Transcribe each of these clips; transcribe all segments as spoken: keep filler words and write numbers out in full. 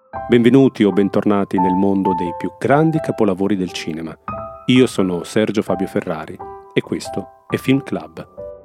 Benvenuti o bentornati nel mondo dei più grandi capolavori del cinema. Io sono Sergio Fabio Ferrari e questo è Film Club.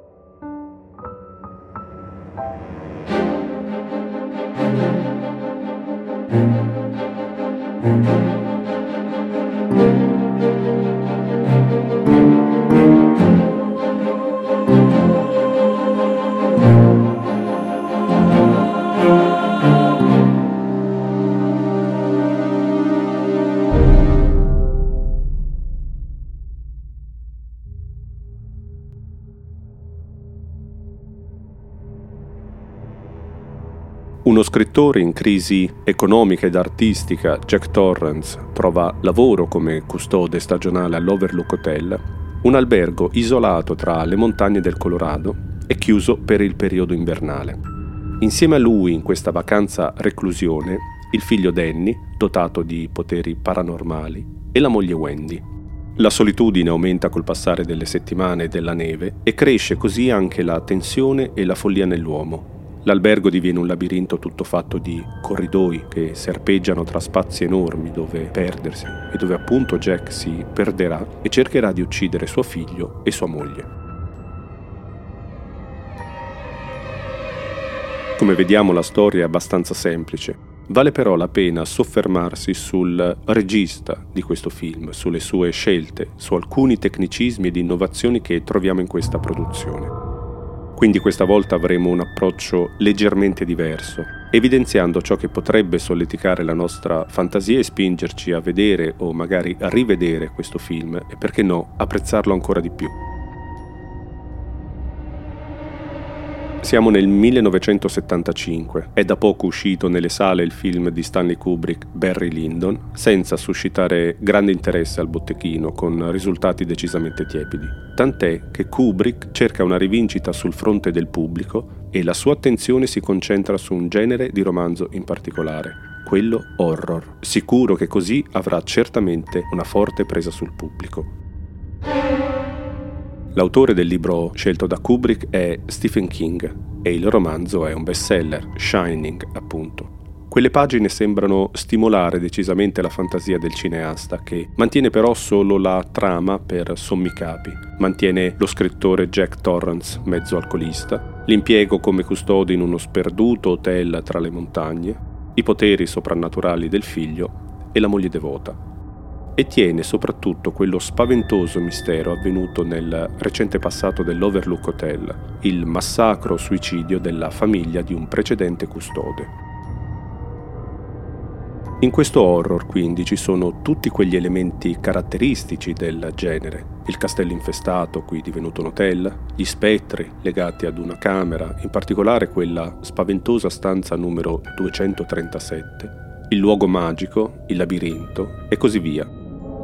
Uno scrittore in crisi economica ed artistica, Jack Torrance, trova lavoro come custode stagionale all'Overlook Hotel, un albergo isolato tra le montagne del Colorado e chiuso per il periodo invernale. Insieme a lui in questa vacanza reclusione, il figlio Danny, dotato di poteri paranormali, e la moglie Wendy. La solitudine aumenta col passare delle settimane e della neve e cresce così anche la tensione e la follia nell'uomo. L'albergo diviene un labirinto tutto fatto di corridoi che serpeggiano tra spazi enormi dove perdersi e dove appunto Jack si perderà e cercherà di uccidere suo figlio e sua moglie. Come vediamo, la storia è abbastanza semplice. Vale però la pena soffermarsi sul regista di questo film, sulle sue scelte, su alcuni tecnicismi ed innovazioni che troviamo in questa produzione. Quindi questa volta avremo un approccio leggermente diverso, evidenziando ciò che potrebbe solleticare la nostra fantasia e spingerci a vedere o magari a rivedere questo film e, perché no, apprezzarlo ancora di più. Siamo nel millenovecentosettantacinque, è da poco uscito nelle sale il film di Stanley Kubrick, Barry Lyndon, senza suscitare grande interesse al botteghino, con risultati decisamente tiepidi. Tant'è che Kubrick cerca una rivincita sul fronte del pubblico e la sua attenzione si concentra su un genere di romanzo in particolare, quello horror, sicuro che così avrà certamente una forte presa sul pubblico. L'autore del libro scelto da Kubrick è Stephen King e il romanzo è un bestseller, Shining, appunto. Quelle pagine sembrano stimolare decisamente la fantasia del cineasta, che mantiene però solo la trama per sommi capi. Mantiene lo scrittore Jack Torrance, mezzo alcolista, l'impiego come custode in uno sperduto hotel tra le montagne, i poteri soprannaturali del figlio e la moglie devota. E tiene soprattutto quello spaventoso mistero avvenuto nel recente passato dell'Overlook Hotel, il massacro-suicidio della famiglia di un precedente custode. In questo horror quindi ci sono tutti quegli elementi caratteristici del genere: il castello infestato, qui divenuto un hotel, gli spettri legati ad una camera, in particolare quella spaventosa stanza numero duecentotrentasette, il luogo magico, il labirinto e così via.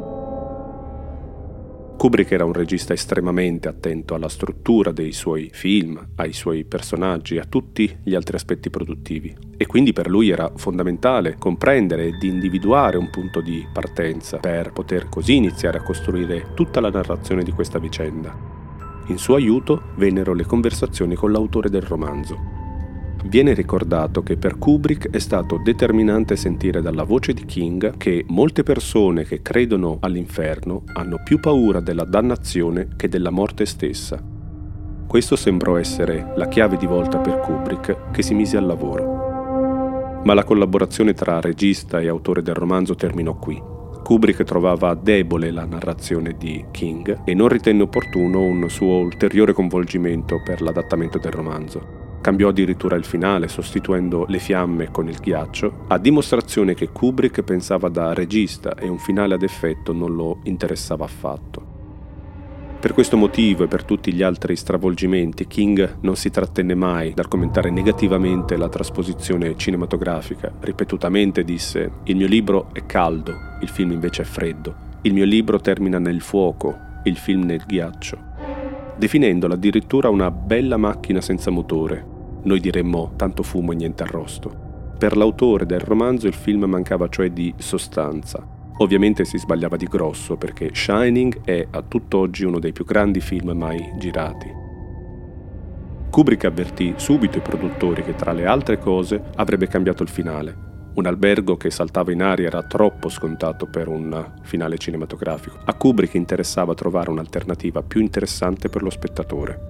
Kubrick era un regista estremamente attento alla struttura dei suoi film, ai suoi personaggi, a tutti gli altri aspetti produttivi, e quindi per lui era fondamentale comprendere ed individuare un punto di partenza per poter così iniziare a costruire tutta la narrazione di questa vicenda. In suo aiuto vennero le conversazioni con l'autore del romanzo. Viene ricordato che per Kubrick è stato determinante sentire dalla voce di King che molte persone che credono all'inferno hanno più paura della dannazione che della morte stessa. Questo sembrò essere la chiave di volta per Kubrick, che si mise al lavoro. Ma la collaborazione tra regista e autore del romanzo terminò qui. Kubrick trovava debole la narrazione di King e non ritenne opportuno un suo ulteriore coinvolgimento per l'adattamento del romanzo. Cambiò addirittura il finale, sostituendo le fiamme con il ghiaccio, a dimostrazione che Kubrick pensava da regista e un finale ad effetto non lo interessava affatto. Per questo motivo e per tutti gli altri stravolgimenti, King non si trattenne mai dal commentare negativamente la trasposizione cinematografica. Ripetutamente disse: «Il mio libro è caldo, il film invece è freddo. Il mio libro termina nel fuoco, il film nel ghiaccio», definendola addirittura una bella macchina senza motore. Noi diremmo tanto fumo e niente arrosto. Per l'autore del romanzo il film mancava cioè di sostanza. Ovviamente si sbagliava di grosso, perché Shining è a tutt'oggi uno dei più grandi film mai girati. Kubrick avvertì subito i produttori che tra le altre cose avrebbe cambiato il finale. Un albergo che saltava in aria era troppo scontato per un finale cinematografico. A Kubrick interessava trovare un'alternativa più interessante per lo spettatore.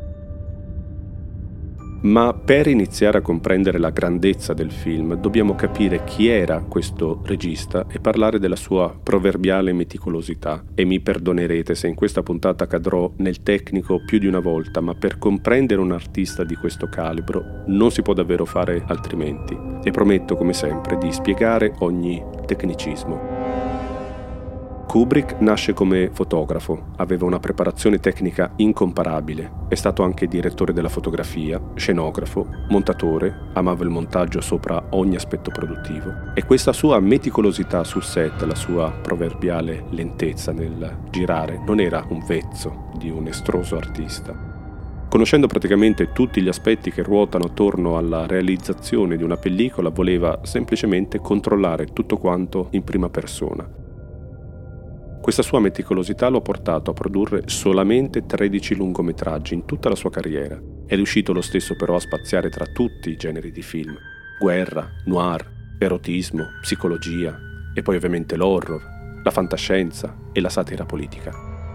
Ma per iniziare a comprendere la grandezza del film dobbiamo capire chi era questo regista e parlare della sua proverbiale meticolosità. E mi perdonerete se in questa puntata cadrò nel tecnico più di una volta, ma per comprendere un artista di questo calibro non si può davvero fare altrimenti. E prometto come sempre di spiegare ogni tecnicismo. Kubrick nasce come fotografo, aveva una preparazione tecnica incomparabile, è stato anche direttore della fotografia, scenografo, montatore, amava il montaggio sopra ogni aspetto produttivo e questa sua meticolosità sul set, la sua proverbiale lentezza nel girare, non era un vezzo di un estroso artista. Conoscendo praticamente tutti gli aspetti che ruotano attorno alla realizzazione di una pellicola, voleva semplicemente controllare tutto quanto in prima persona. Questa sua meticolosità lo ha portato a produrre solamente tredici lungometraggi in tutta la sua carriera. È riuscito lo stesso però a spaziare tra tutti i generi di film: guerra, noir, erotismo, psicologia e poi ovviamente l'horror, la fantascienza e la satira politica.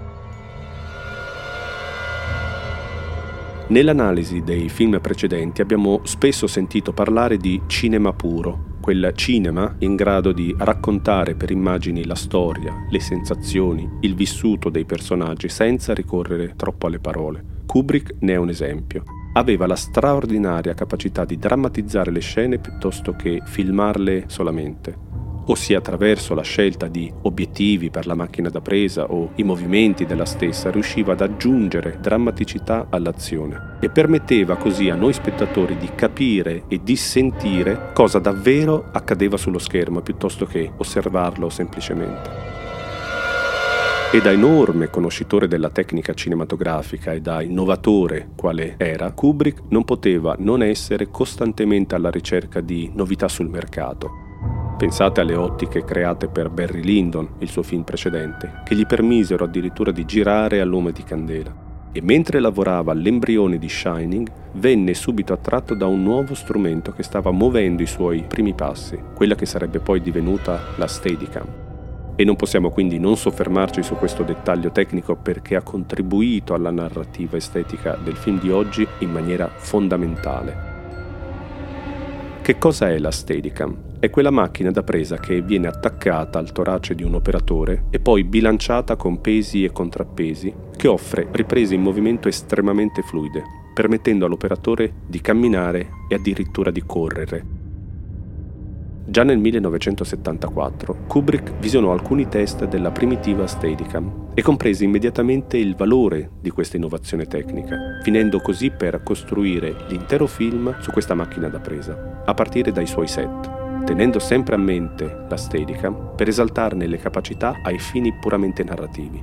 Nell'analisi dei film precedenti abbiamo spesso sentito parlare di cinema puro, quel cinema in grado di raccontare per immagini la storia, le sensazioni, il vissuto dei personaggi senza ricorrere troppo alle parole. Kubrick ne è un esempio. Aveva la straordinaria capacità di drammatizzare le scene piuttosto che filmarle solamente, ossia attraverso la scelta di obiettivi per la macchina da presa o i movimenti della stessa riusciva ad aggiungere drammaticità all'azione e permetteva così a noi spettatori di capire e di sentire cosa davvero accadeva sullo schermo piuttosto che osservarlo semplicemente. E da enorme conoscitore della tecnica cinematografica e da innovatore quale era, Kubrick non poteva non essere costantemente alla ricerca di novità sul mercato. Pensate alle ottiche create per Barry Lyndon, il suo film precedente, che gli permisero addirittura di girare a lume di candela. E mentre lavorava all'embrione di Shining, venne subito attratto da un nuovo strumento che stava muovendo i suoi primi passi, quella che sarebbe poi divenuta la Steadicam. E non possiamo quindi non soffermarci su questo dettaglio tecnico perché ha contribuito alla narrativa estetica del film di oggi in maniera fondamentale. Che cosa è la Steadicam? È quella macchina da presa che viene attaccata al torace di un operatore e poi bilanciata con pesi e contrappesi, che offre riprese in movimento estremamente fluide, permettendo all'operatore di camminare e addirittura di correre. Già nel millenovecentosettantaquattro Kubrick visionò alcuni test della primitiva Steadicam e comprese immediatamente il valore di questa innovazione tecnica, finendo così per costruire l'intero film su questa macchina da presa, a partire dai suoi set, tenendo sempre a mente la Steadicam per esaltarne le capacità ai fini puramente narrativi.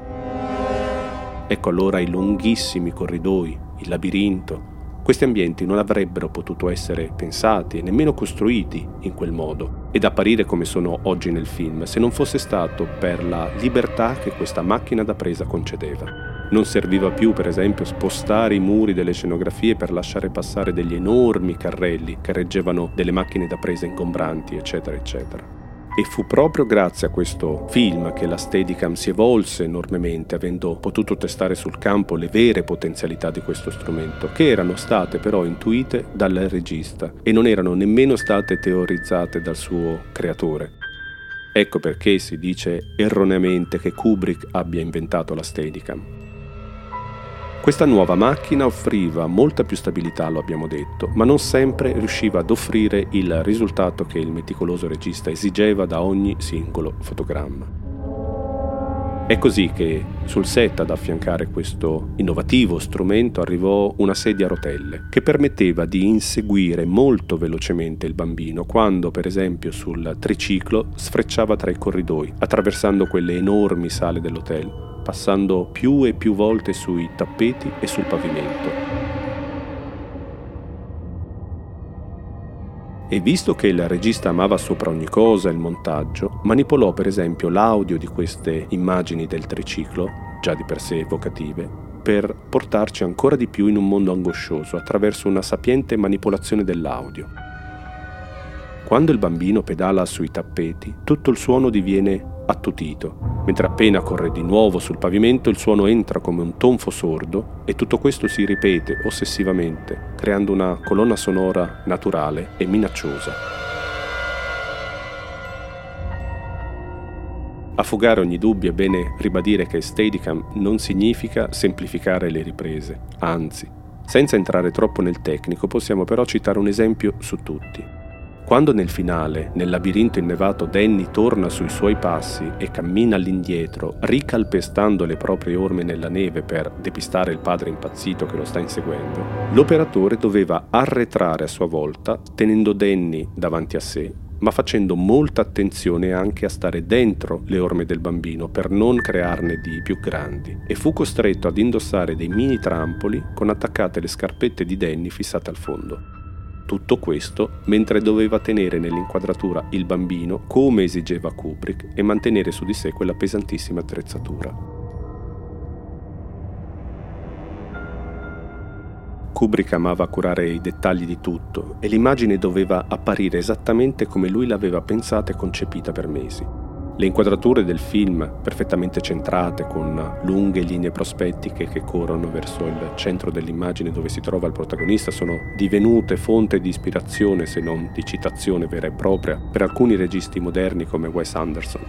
Ecco allora i lunghissimi corridoi, il labirinto. Questi ambienti non avrebbero potuto essere pensati e nemmeno costruiti in quel modo ed apparire come sono oggi nel film se non fosse stato per la libertà che questa macchina da presa concedeva. Non serviva più, per esempio, spostare i muri delle scenografie per lasciare passare degli enormi carrelli che reggevano delle macchine da presa ingombranti, eccetera, eccetera. E fu proprio grazie a questo film che la Steadicam si evolse enormemente, avendo potuto testare sul campo le vere potenzialità di questo strumento, che erano state però intuite dal regista e non erano nemmeno state teorizzate dal suo creatore. Ecco perché si dice erroneamente che Kubrick abbia inventato la Steadicam. Questa nuova macchina offriva molta più stabilità, lo abbiamo detto, ma non sempre riusciva ad offrire il risultato che il meticoloso regista esigeva da ogni singolo fotogramma. È così che sul set ad affiancare questo innovativo strumento arrivò una sedia a rotelle che permetteva di inseguire molto velocemente il bambino quando, per esempio, sul triciclo sfrecciava tra i corridoi, attraversando quelle enormi sale dell'hotel, passando più e più volte sui tappeti e sul pavimento. E visto che il regista amava sopra ogni cosa il montaggio, manipolò per esempio l'audio di queste immagini del triciclo, già di per sé evocative, per portarci ancora di più in un mondo angoscioso attraverso una sapiente manipolazione dell'audio. Quando il bambino pedala sui tappeti, tutto il suono diviene attutito, mentre appena corre di nuovo sul pavimento il suono entra come un tonfo sordo e tutto questo si ripete ossessivamente, creando una colonna sonora naturale e minacciosa. A fugare ogni dubbio è bene ribadire che Steadicam non significa semplificare le riprese, anzi, senza entrare troppo nel tecnico possiamo però citare un esempio su tutti. Quando nel finale, nel labirinto innevato, Danny torna sui suoi passi e cammina all'indietro, ricalpestando le proprie orme nella neve per depistare il padre impazzito che lo sta inseguendo, l'operatore doveva arretrare a sua volta, tenendo Danny davanti a sé, ma facendo molta attenzione anche a stare dentro le orme del bambino per non crearne di più grandi, e fu costretto ad indossare dei mini trampoli con attaccate le scarpette di Danny fissate al fondo. Tutto questo mentre doveva tenere nell'inquadratura il bambino come esigeva Kubrick e mantenere su di sé quella pesantissima attrezzatura. Kubrick amava curare i dettagli di tutto e l'immagine doveva apparire esattamente come lui l'aveva pensata e concepita per mesi. Le inquadrature del film, perfettamente centrate, con lunghe linee prospettiche che corrono verso il centro dell'immagine dove si trova il protagonista, sono divenute fonte di ispirazione, se non di citazione vera e propria, per alcuni registi moderni come Wes Anderson.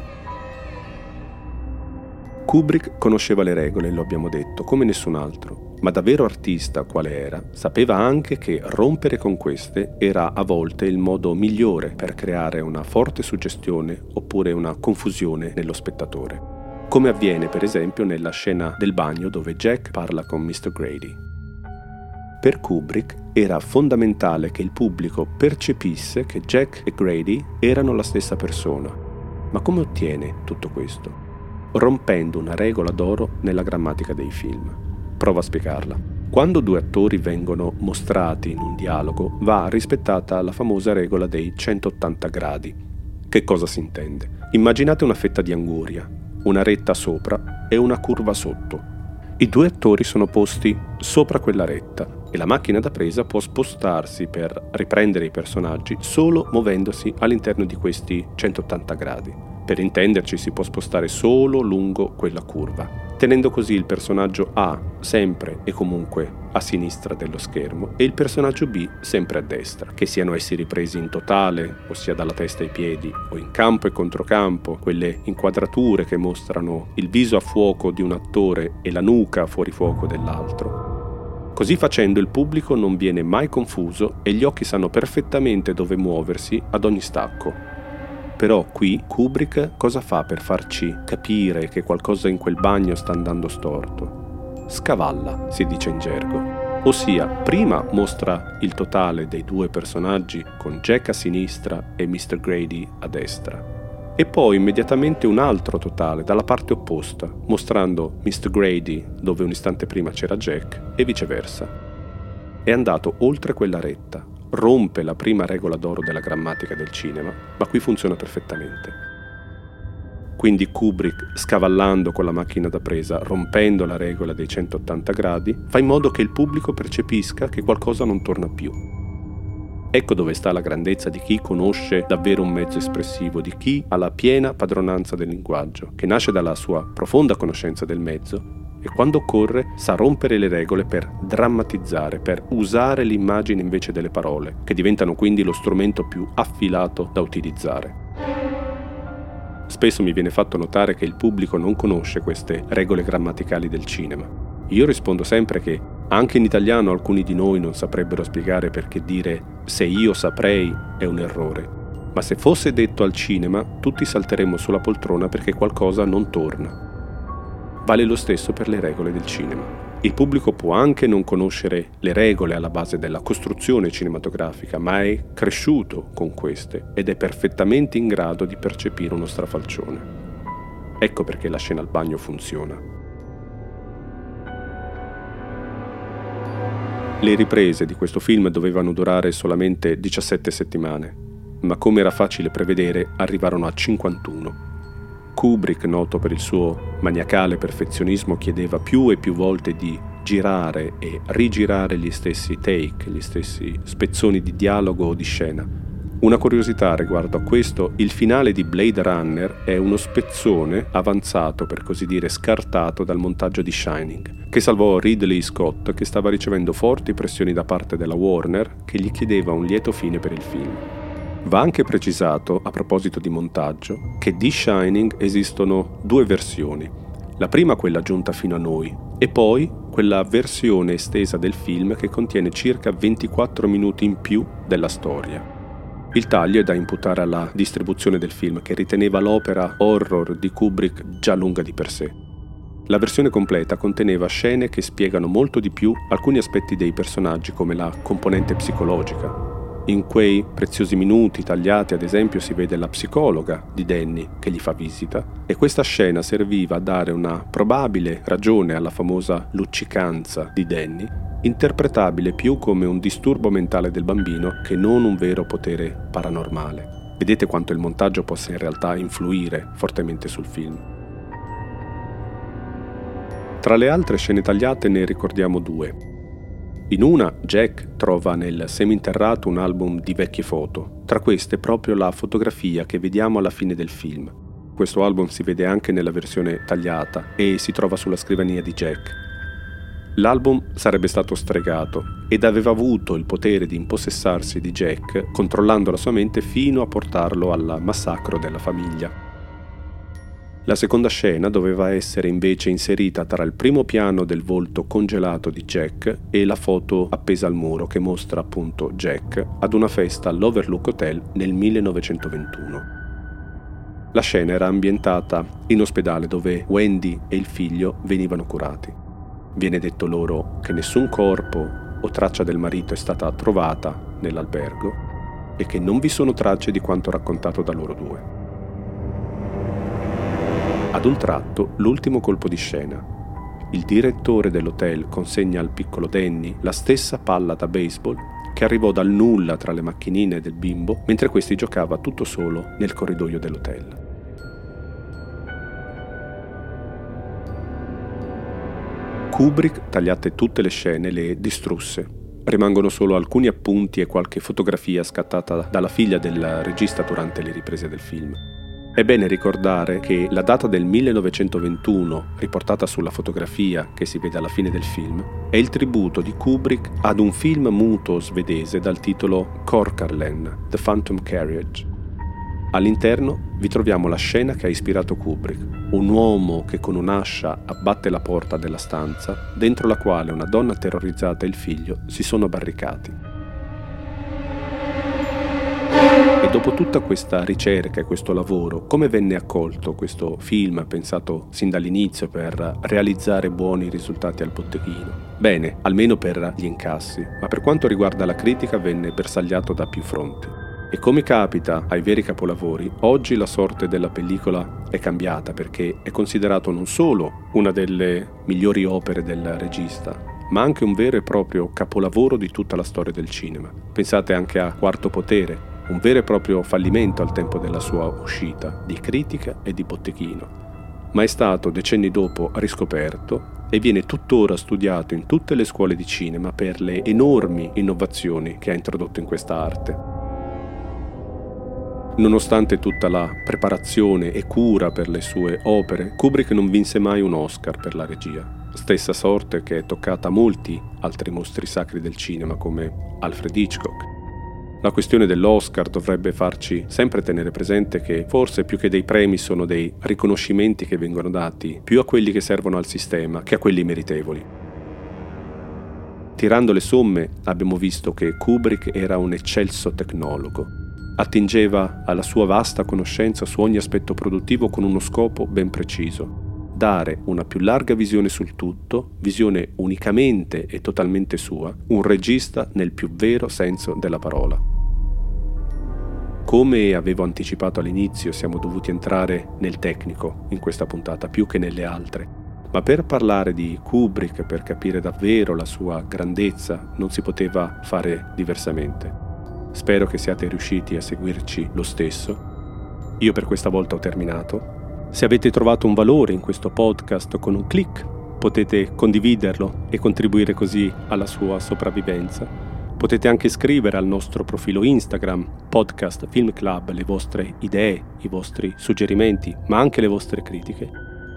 Kubrick conosceva le regole, lo abbiamo detto, come nessun altro, ma da vero artista quale era, sapeva anche che rompere con queste era a volte il modo migliore per creare una forte suggestione oppure una confusione nello spettatore, come avviene per esempio nella scena del bagno dove Jack parla con mister Grady. Per Kubrick era fondamentale che il pubblico percepisse che Jack e Grady erano la stessa persona. Ma come ottiene tutto questo? Rompendo una regola d'oro nella grammatica dei film. Provo a spiegarla. Quando due attori vengono mostrati in un dialogo, va rispettata la famosa regola dei centottanta gradi. Che cosa si intende? Immaginate una fetta di anguria, una retta sopra e una curva sotto. I due attori sono posti sopra quella retta e la macchina da presa può spostarsi per riprendere i personaggi solo muovendosi all'interno di questi centottanta gradi. Per intenderci, si può spostare solo lungo quella curva, tenendo così il personaggio A sempre e comunque a sinistra dello schermo e il personaggio B sempre a destra, che siano essi ripresi in totale, ossia dalla testa ai piedi, o in campo e controcampo, quelle inquadrature che mostrano il viso a fuoco di un attore e la nuca fuori fuoco dell'altro. Così facendo il pubblico non viene mai confuso e gli occhi sanno perfettamente dove muoversi ad ogni stacco. Però qui Kubrick cosa fa per farci capire che qualcosa in quel bagno sta andando storto? Scavalla, si dice in gergo. Ossia, prima mostra il totale dei due personaggi con Jack a sinistra e mister Grady a destra. E poi immediatamente un altro totale dalla parte opposta, mostrando mister Grady dove un istante prima c'era Jack e viceversa. È andato oltre quella retta. Rompe la prima regola d'oro della grammatica del cinema, ma qui funziona perfettamente. Quindi Kubrick, scavallando con la macchina da presa, rompendo la regola dei centottanta gradi, fa in modo che il pubblico percepisca che qualcosa non torna più. Ecco dove sta la grandezza di chi conosce davvero un mezzo espressivo, di chi ha la piena padronanza del linguaggio, che nasce dalla sua profonda conoscenza del mezzo e quando occorre sa rompere le regole per drammatizzare, per usare l'immagine invece delle parole, che diventano quindi lo strumento più affilato da utilizzare. Spesso mi viene fatto notare che il pubblico non conosce queste regole grammaticali del cinema. Io rispondo sempre che anche in italiano alcuni di noi non saprebbero spiegare perché dire "se io saprei" è un errore, ma se fosse detto al cinema tutti salteremmo sulla poltrona perché qualcosa non torna. Vale lo stesso per le regole del cinema. Il pubblico può anche non conoscere le regole alla base della costruzione cinematografica, ma è cresciuto con queste ed è perfettamente in grado di percepire uno strafalcione. Ecco perché la scena al bagno funziona. Le riprese di questo film dovevano durare solamente diciassette settimane, ma come era facile prevedere, arrivarono a cinquantuno. Kubrick, noto per il suo maniacale perfezionismo, chiedeva più e più volte di girare e rigirare gli stessi take, gli stessi spezzoni di dialogo o di scena, Una curiosità riguardo a questo: il finale di Blade Runner è uno spezzone avanzato, per così dire scartato, dal montaggio di Shining, che salvò Ridley Scott, che stava ricevendo forti pressioni da parte della Warner, che gli chiedeva un lieto fine per il film. Va anche precisato, a proposito di montaggio, che di Shining esistono due versioni. La prima, quella giunta fino a noi, e poi quella versione estesa del film che contiene circa ventiquattro minuti in più della storia. Il taglio è da imputare alla distribuzione del film, che riteneva l'opera horror di Kubrick già lunga di per sé. La versione completa conteneva scene che spiegano molto di più alcuni aspetti dei personaggi, come la componente psicologica. In quei preziosi minuti tagliati, ad esempio, si vede la psicologa di Danny che gli fa visita, e questa scena serviva a dare una probabile ragione alla famosa luccicanza di Danny, interpretabile più come un disturbo mentale del bambino che non un vero potere paranormale. Vedete quanto il montaggio possa in realtà influire fortemente sul film. Tra le altre scene tagliate ne ricordiamo due. In una, Jack trova nel seminterrato un album di vecchie foto, tra queste proprio la fotografia che vediamo alla fine del film. Questo album si vede anche nella versione tagliata e si trova sulla scrivania di Jack. L'album sarebbe stato stregato ed aveva avuto il potere di impossessarsi di Jack, controllando la sua mente fino a portarlo al massacro della famiglia. La seconda scena doveva essere invece inserita tra il primo piano del volto congelato di Jack e la foto appesa al muro che mostra appunto Jack ad una festa all'Overlook Hotel nel millenovecentoventuno. La scena era ambientata in ospedale dove Wendy e il figlio venivano curati. Viene detto loro che nessun corpo o traccia del marito è stata trovata nell'albergo e che non vi sono tracce di quanto raccontato da loro due. Ad un tratto, l'ultimo colpo di scena. Il direttore dell'hotel consegna al piccolo Danny la stessa palla da baseball che arrivò dal nulla tra le macchinine del bimbo mentre questi giocava tutto solo nel corridoio dell'hotel. Kubrick, tagliate tutte le scene, le distrusse. Rimangono solo alcuni appunti e qualche fotografia scattata dalla figlia del regista durante le riprese del film. È bene ricordare che la data del millenovecentoventuno, riportata sulla fotografia che si vede alla fine del film, è il tributo di Kubrick ad un film muto svedese dal titolo Korkarlen, The Phantom Carriage. All'interno vi troviamo la scena che ha ispirato Kubrick, un uomo che con un'ascia abbatte la porta della stanza, dentro la quale una donna terrorizzata e il figlio si sono barricati. E dopo tutta questa ricerca e questo lavoro, come venne accolto questo film pensato sin dall'inizio per realizzare buoni risultati al botteghino? Bene, almeno per gli incassi, ma per quanto riguarda la critica venne bersagliato da più fronti. E come capita ai veri capolavori, oggi la sorte della pellicola è cambiata perché è considerato non solo una delle migliori opere del regista, ma anche un vero e proprio capolavoro di tutta la storia del cinema. Pensate anche a Quarto Potere, un vero e proprio fallimento al tempo della sua uscita, di critica e di botteghino. Ma è stato decenni dopo riscoperto e viene tuttora studiato in tutte le scuole di cinema per le enormi innovazioni che ha introdotto in questa arte. Nonostante tutta la preparazione e cura per le sue opere, Kubrick non vinse mai un Oscar per la regia, stessa sorte che è toccata a molti altri mostri sacri del cinema come Alfred Hitchcock. La questione dell'Oscar dovrebbe farci sempre tenere presente che forse più che dei premi sono dei riconoscimenti che vengono dati più a quelli che servono al sistema che a quelli meritevoli. Tirando le somme abbiamo visto che Kubrick era un eccelso tecnologo. Attingeva alla sua vasta conoscenza su ogni aspetto produttivo con uno scopo ben preciso: dare una più larga visione sul tutto, visione unicamente e totalmente sua, un regista nel più vero senso della parola. Come avevo anticipato all'inizio, siamo dovuti entrare nel tecnico in questa puntata più che nelle altre, ma per parlare di Kubrick, per capire davvero la sua grandezza, non si poteva fare diversamente. Spero che siate riusciti a seguirci lo stesso. Io per questa volta ho terminato. Se avete trovato un valore in questo podcast con un click, potete condividerlo e contribuire così alla sua sopravvivenza. Potete anche scrivere al nostro profilo Instagram, Podcast Film Club, le vostre idee, i vostri suggerimenti, ma anche le vostre critiche.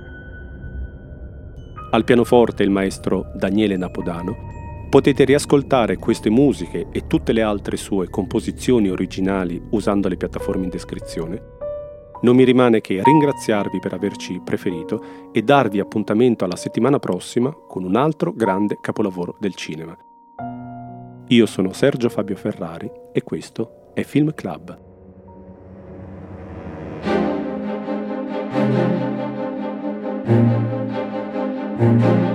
Al pianoforte il maestro Daniele Napodano. Potete riascoltare queste musiche e tutte le altre sue composizioni originali usando le piattaforme in descrizione. Non mi rimane che ringraziarvi per averci preferito e darvi appuntamento alla settimana prossima con un altro grande capolavoro del cinema. Io sono Sergio Fabio Ferrari e questo è Film Club. Thank you.